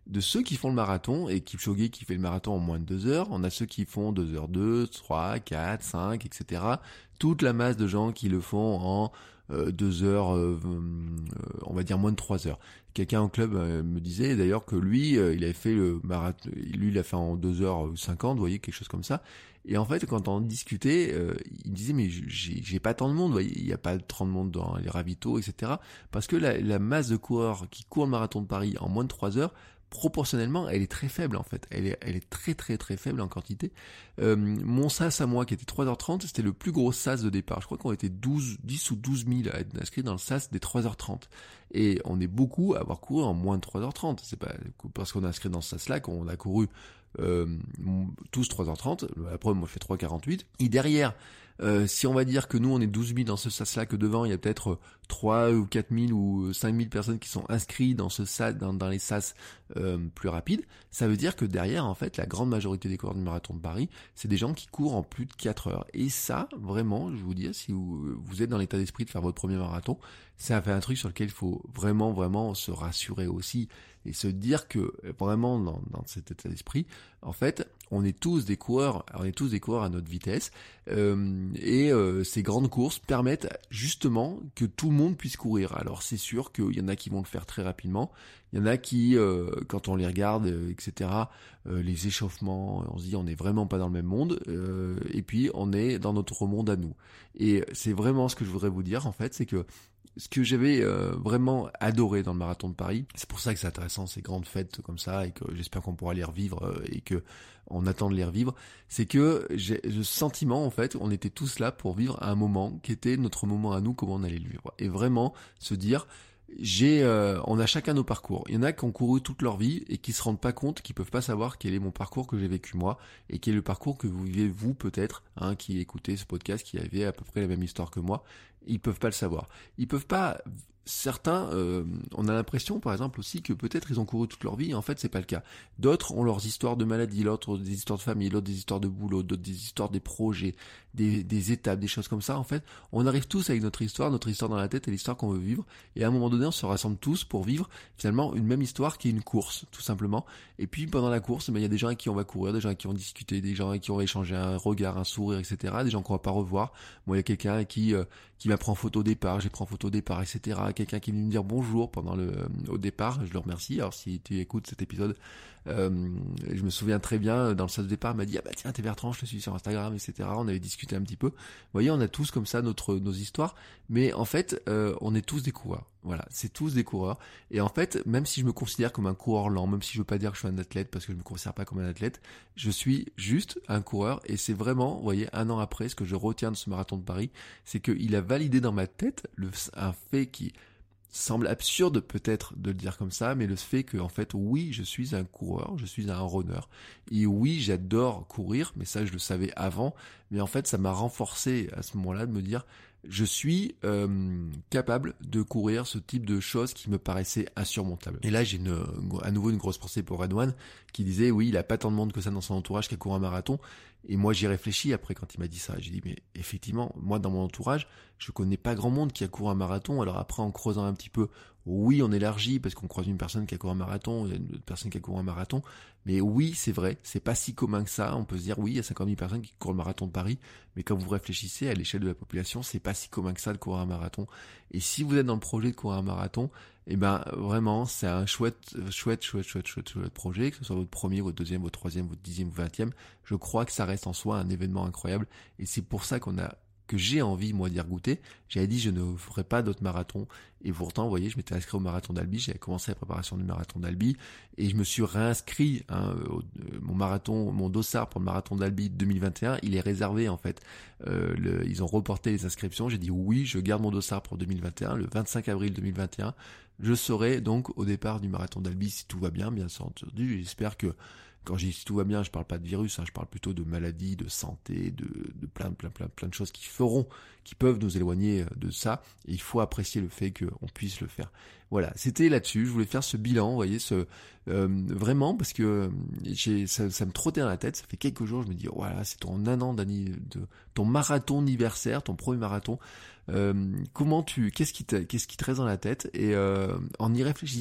de ceux qui font le marathon, et Kipchoge qui fait le marathon en moins de deux heures, on a ceux qui font deux heures deux, trois, quatre, cinq, et cetera. Toute la masse de gens qui le font en euh, deux heures, euh, euh, on va dire moins de trois heures. Quelqu'un en club euh, me disait d'ailleurs que lui, euh, il avait fait le marathon, lui il l'a fait en deux heures cinquante, vous voyez, quelque chose comme ça. Et en fait, quand on discutait, euh, il me disait mais j'ai, j'ai pas tant de monde, vous voyez, il n'y a pas tant de monde dans les ravitaux, et cetera. Parce que la, la masse de coureurs qui courent le marathon de Paris en moins de trois heures, proportionnellement, elle est très faible en fait. Elle est, elle est très très très faible en quantité. Euh, mon sas à moi, qui était trois heures trente, c'était le plus gros sas de départ. Je crois qu'on était douze, dix ou douze mille à être inscrits dans le sas des trois heures trente. Et on est beaucoup à avoir couru en moins de trois heures trente. C'est pas parce qu'on est inscrit dans ce sas-là qu'on a couru euh, tous trois heures trente. Après, moi, je fais trois heures quarante-huit. Et derrière, Euh, si on va dire que nous on est douze mille dans ce sas-là, que devant il y a peut-être trois ou quatre mille ou cinq mille personnes qui sont inscrites dans ce sas, dans, dans les sas euh, plus rapides, ça veut dire que derrière en fait la grande majorité des coureurs du marathon de Paris, c'est des gens qui courent en plus de quatre heures. Et ça, vraiment, je vous dis, si vous, vous êtes dans l'état d'esprit de faire votre premier marathon, ça fait un truc sur lequel il faut vraiment vraiment se rassurer aussi et se dire que vraiment dans, dans cet état d'esprit, en fait, on est tous des coureurs, on est tous des coureurs à notre vitesse, euh, et euh, ces grandes courses permettent justement que tout le monde puisse courir. Alors c'est sûr qu'il y en a qui vont le faire très rapidement, il y en a qui, euh, quand on les regarde, euh, et cetera, euh, les échauffements, on se dit on n'est vraiment pas dans le même monde, euh, et puis on est dans notre monde à nous. Et c'est vraiment ce que je voudrais vous dire en fait, c'est que ce que j'avais euh, vraiment adoré dans le marathon de Paris, c'est pour ça que c'est intéressant ces grandes fêtes comme ça, et que j'espère qu'on pourra les revivre, euh, et que on attend de les revivre, c'est que j'ai le sentiment en fait, on était tous là pour vivre un moment qui était notre moment à nous, comment on allait le vivre, et vraiment se dire j'ai, euh, on a chacun nos parcours. Il y en a qui ont couru toute leur vie et qui se rendent pas compte, qui peuvent pas savoir quel est mon parcours que j'ai vécu moi et quel est le parcours que vous vivez vous peut-être, hein, qui écoutez ce podcast, qui avait à peu près la même histoire que moi. Ils peuvent pas le savoir. Ils peuvent pas. Certains, euh, on a l'impression, par exemple aussi, que peut-être ils ont couru toute leur vie, et en fait c'est pas le cas. D'autres ont leurs histoires de maladie, d'autres des histoires de famille, d'autres des histoires de boulot, d'autres des histoires des projets, des, des étapes, des choses comme ça. En fait, on arrive tous avec notre histoire, notre histoire dans la tête et l'histoire qu'on veut vivre, et à un moment donné on se rassemble tous pour vivre finalement une même histoire qui est une course, tout simplement. Et puis pendant la course, ben, il y a des gens avec qui on va courir, des gens avec qui on va discuter, des gens avec qui on va échanger un regard, un sourire, et cetera. Des gens qu'on va pas revoir. Moi, il y a quelqu'un avec qui euh, qui m'a pris en photo au départ, j'ai pris en photo au départ, et cetera. Quelqu'un qui est venu me dire bonjour pendant le au départ, je le remercie. Alors si tu écoutes cet épisode, euh, je me souviens très bien, dans le sas de départ, il m'a dit ah bah tiens t'es Bertrand, je te suis sur Instagram, et cetera. On avait discuté un petit peu. Vous voyez, on a tous comme ça notre nos histoires, mais en fait euh, on est tous des coureurs. Voilà, c'est tous des coureurs. Et en fait, même si je me considère comme un coureur lent, même si je veux pas dire que je suis un athlète parce que je me considère pas comme un athlète, je suis juste un coureur. Et c'est vraiment, vous voyez, un an après, ce que je retiens de ce marathon de Paris, c'est qu'il a validé dans ma tête le, un fait qui semble absurde peut-être de le dire comme ça, mais le fait que en fait oui je suis un coureur, je suis un runner, et oui j'adore courir, mais ça je le savais avant, mais en fait ça m'a renforcé à ce moment-là de me dire je suis euh, capable de courir ce type de choses qui me paraissaient insurmontables. Et là j'ai une, à nouveau une grosse pensée pour Redouane qui disait oui il a pas tant de monde que ça dans son entourage qui a couru un marathon, et moi j'y réfléchis après quand il m'a dit ça, j'ai dit mais effectivement moi dans mon entourage je connais pas grand monde qui a couru un marathon. Alors après en creusant un petit peu, oui on élargit parce qu'on croise une personne qui a couru un marathon, il y a une autre personne qui a couru un marathon, mais oui c'est vrai, c'est pas si commun que ça. On peut se dire oui il y a cinquante mille personnes qui courent le marathon de Paris, mais quand vous réfléchissez à l'échelle de la population, c'est pas si commun que ça de courir un marathon. Et si vous êtes dans le projet de courir un marathon, et eh ben vraiment c'est un chouette chouette chouette chouette chouette chouette projet, que ce soit votre premier, votre deuxième, votre troisième, votre dixième ou vingtième. Je crois que ça reste en soi un événement incroyable, et c'est pour ça qu'on a que j'ai envie moi d'y regoûter. J'avais dit je ne ferai pas d'autres marathons, et pourtant vous voyez je m'étais inscrit au marathon d'Albi, j'avais commencé la préparation du marathon d'Albi et je me suis réinscrit hein, au, mon marathon, mon dossard pour le marathon d'Albi deux mille vingt et un, il est réservé en fait. Euh, le, ils ont reporté les inscriptions, j'ai dit oui je garde mon dossard pour deux mille vingt et un, le vingt-cinq avril deux mille vingt et un, je serai donc au départ du marathon d'Albi si tout va bien, bien entendu. J'espère que quand je dis si tout va bien, je parle pas de virus, hein, je parle plutôt de maladies, de santé, de, de plein, plein, plein, plein de choses qui feront, qui peuvent nous éloigner de ça. Et il faut apprécier le fait qu'on puisse le faire. Voilà, c'était là-dessus. Je voulais faire ce bilan, vous voyez, ce euh, vraiment parce que j'ai, ça, ça me trottait dans la tête. Ça fait quelques jours, je me dis, voilà, c'est ton un an d'année, de ton marathon anniversaire, ton premier marathon. Euh, comment tu, qu'est-ce qui te, qu'est-ce qui te reste dans la tête? Et euh, en y réfléchissant,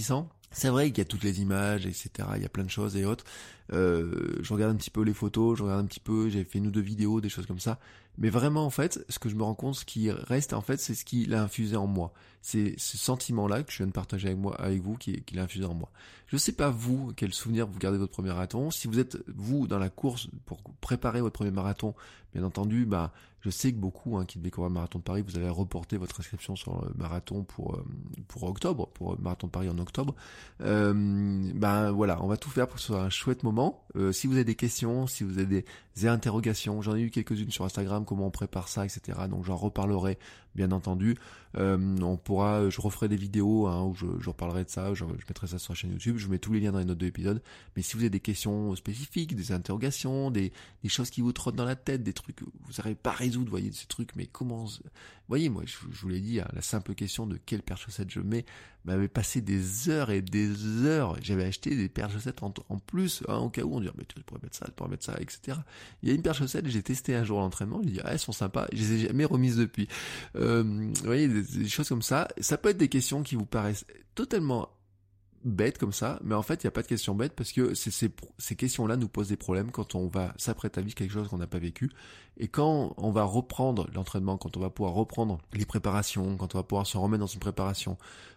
c'est vrai qu'il y a toutes les images, et cetera. Il y a plein de choses et autres. Euh, je regarde un petit peu les photos, je regarde un petit peu, j'ai fait une ou deux vidéos, des choses comme ça. Mais vraiment, en fait, ce que je me rends compte, ce qui reste, en fait, c'est ce qu'il a infusé en moi. C'est ce sentiment-là que je viens de partager avec moi, avec vous, qui, qui l'a infusé en moi. Je sais pas vous, quel souvenir vous gardez de votre premier marathon. Si vous êtes, vous, dans la course pour préparer votre premier marathon, bien entendu, bah, je sais que beaucoup, hein, qui devaient courir le marathon de Paris, vous avez reporté votre inscription sur le marathon pour, euh, pour octobre, pour le marathon de Paris en octobre. Euh, ben voilà, on va tout faire pour que ce soit un chouette moment. Euh, si vous avez des questions, si vous avez des, des interrogations, j'en ai eu quelques-unes sur Instagram, comment on prépare ça, et cetera. Donc j'en reparlerai, bien entendu. Euh, on pourra, je referai des vidéos, hein, où je, je reparlerai de ça, je, je mettrai ça sur la chaîne YouTube, je mets tous les liens dans les notes de l'épisode. Mais si vous avez des questions spécifiques, des interrogations, des, des choses qui vous trottent dans la tête, des trucs que vous n'arrivez pas à résoudre, vous voyez, ces trucs, mais comment... Vous voyez, moi, je, je vous l'ai dit, hein, la simple question de quelle paire de chaussettes je mets m'avait passé des heures et des heures. J'avais acheté des paires de chaussettes en, en plus, hein, au cas où on dirait, mais tu pourrais mettre ça, tu pourrais mettre ça, et cetera. Il y a une paire de chaussettes, j'ai testé un jour à l'entraînement, j'ai dit, ah, elles sont sympas, je les ai jamais remises depuis. Euh, vous voyez, des, des choses comme ça. Ça peut être des questions qui vous paraissent totalement bêtes comme ça, mais en fait il n'y a pas de questions bêtes parce que c'est, ces, ces questions-là nous posent des problèmes quand on va s'apprêter à vivre quelque chose qu'on n'a pas vécu, et quand on va reprendre l'entraînement, quand on va pouvoir reprendre les préparations, quand on va pouvoir se remettre dans une préparation,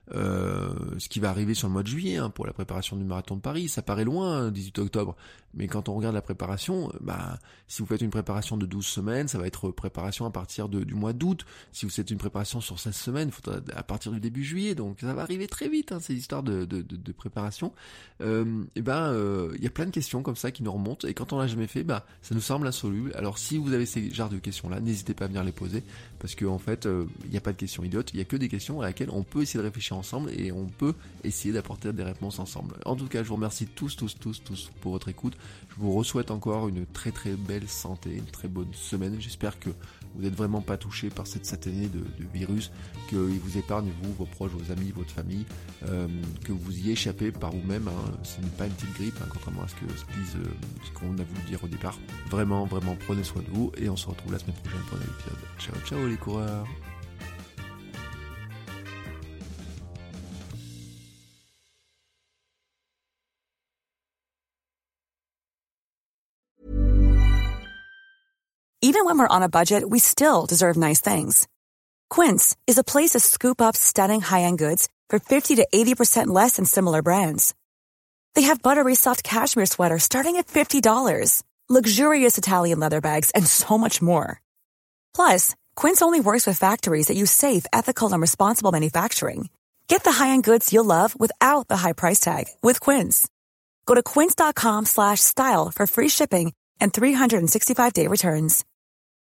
euh, ce qui va arriver sur le mois de juillet, hein, pour la préparation du marathon de Paris, ça paraît loin, dix-huit octobre, mais quand on regarde la préparation, bah, si vous faites une préparation de douze semaines, ça va être préparation à partir de, du mois d'août. Si vous faites une préparation sur seize semaines, il faudra à partir du début juillet, donc ça va arriver très vite, hein, ces histoires de, de, de, de préparation. Euh, et ben, euh, il y a plein de questions comme ça qui nous remontent, et quand on l'a jamais fait, bah, ça nous semble insoluble. Alors si vous avez ces genres de questions-là, n'hésitez pas à venir les poser, parce qu'en en fait, il euh, n'y a pas de questions idiotes, il y a que des questions à laquelle on peut essayer de réfléchir ensemble, et on peut essayer d'apporter des réponses ensemble. En tout cas, je vous remercie tous, tous, tous, tous pour votre écoute. Je vous souhaite encore une très très belle santé, une très bonne semaine. J'espère que vous n'êtes vraiment pas touchés par cette satanée de, de virus, qu'il vous épargne, vous, vos proches, vos amis, votre famille, euh, que vous y échappez par vous-même. Hein. Ce n'est pas une petite grippe, hein, contrairement à ce que se disent, euh, ce qu'on a voulu dire au départ. Vraiment, vraiment, prenez soin de vous, et on se retrouve la semaine prochaine pour un nouvel épisode. Ciao, ciao les coureurs. Even when we're on a budget, we still deserve nice things. Quince is a place to scoop up stunning high-end goods for fifty to eighty percent less than similar brands. They have buttery soft cashmere sweaters starting at fifty dollars, luxurious Italian leather bags, and so much more. Plus, Quince only works with factories that use safe, ethical, and responsible manufacturing. Get the high-end goods you'll love without the high price tag with Quince. Go to quince dot com slash style for free shipping and three sixty-five day returns.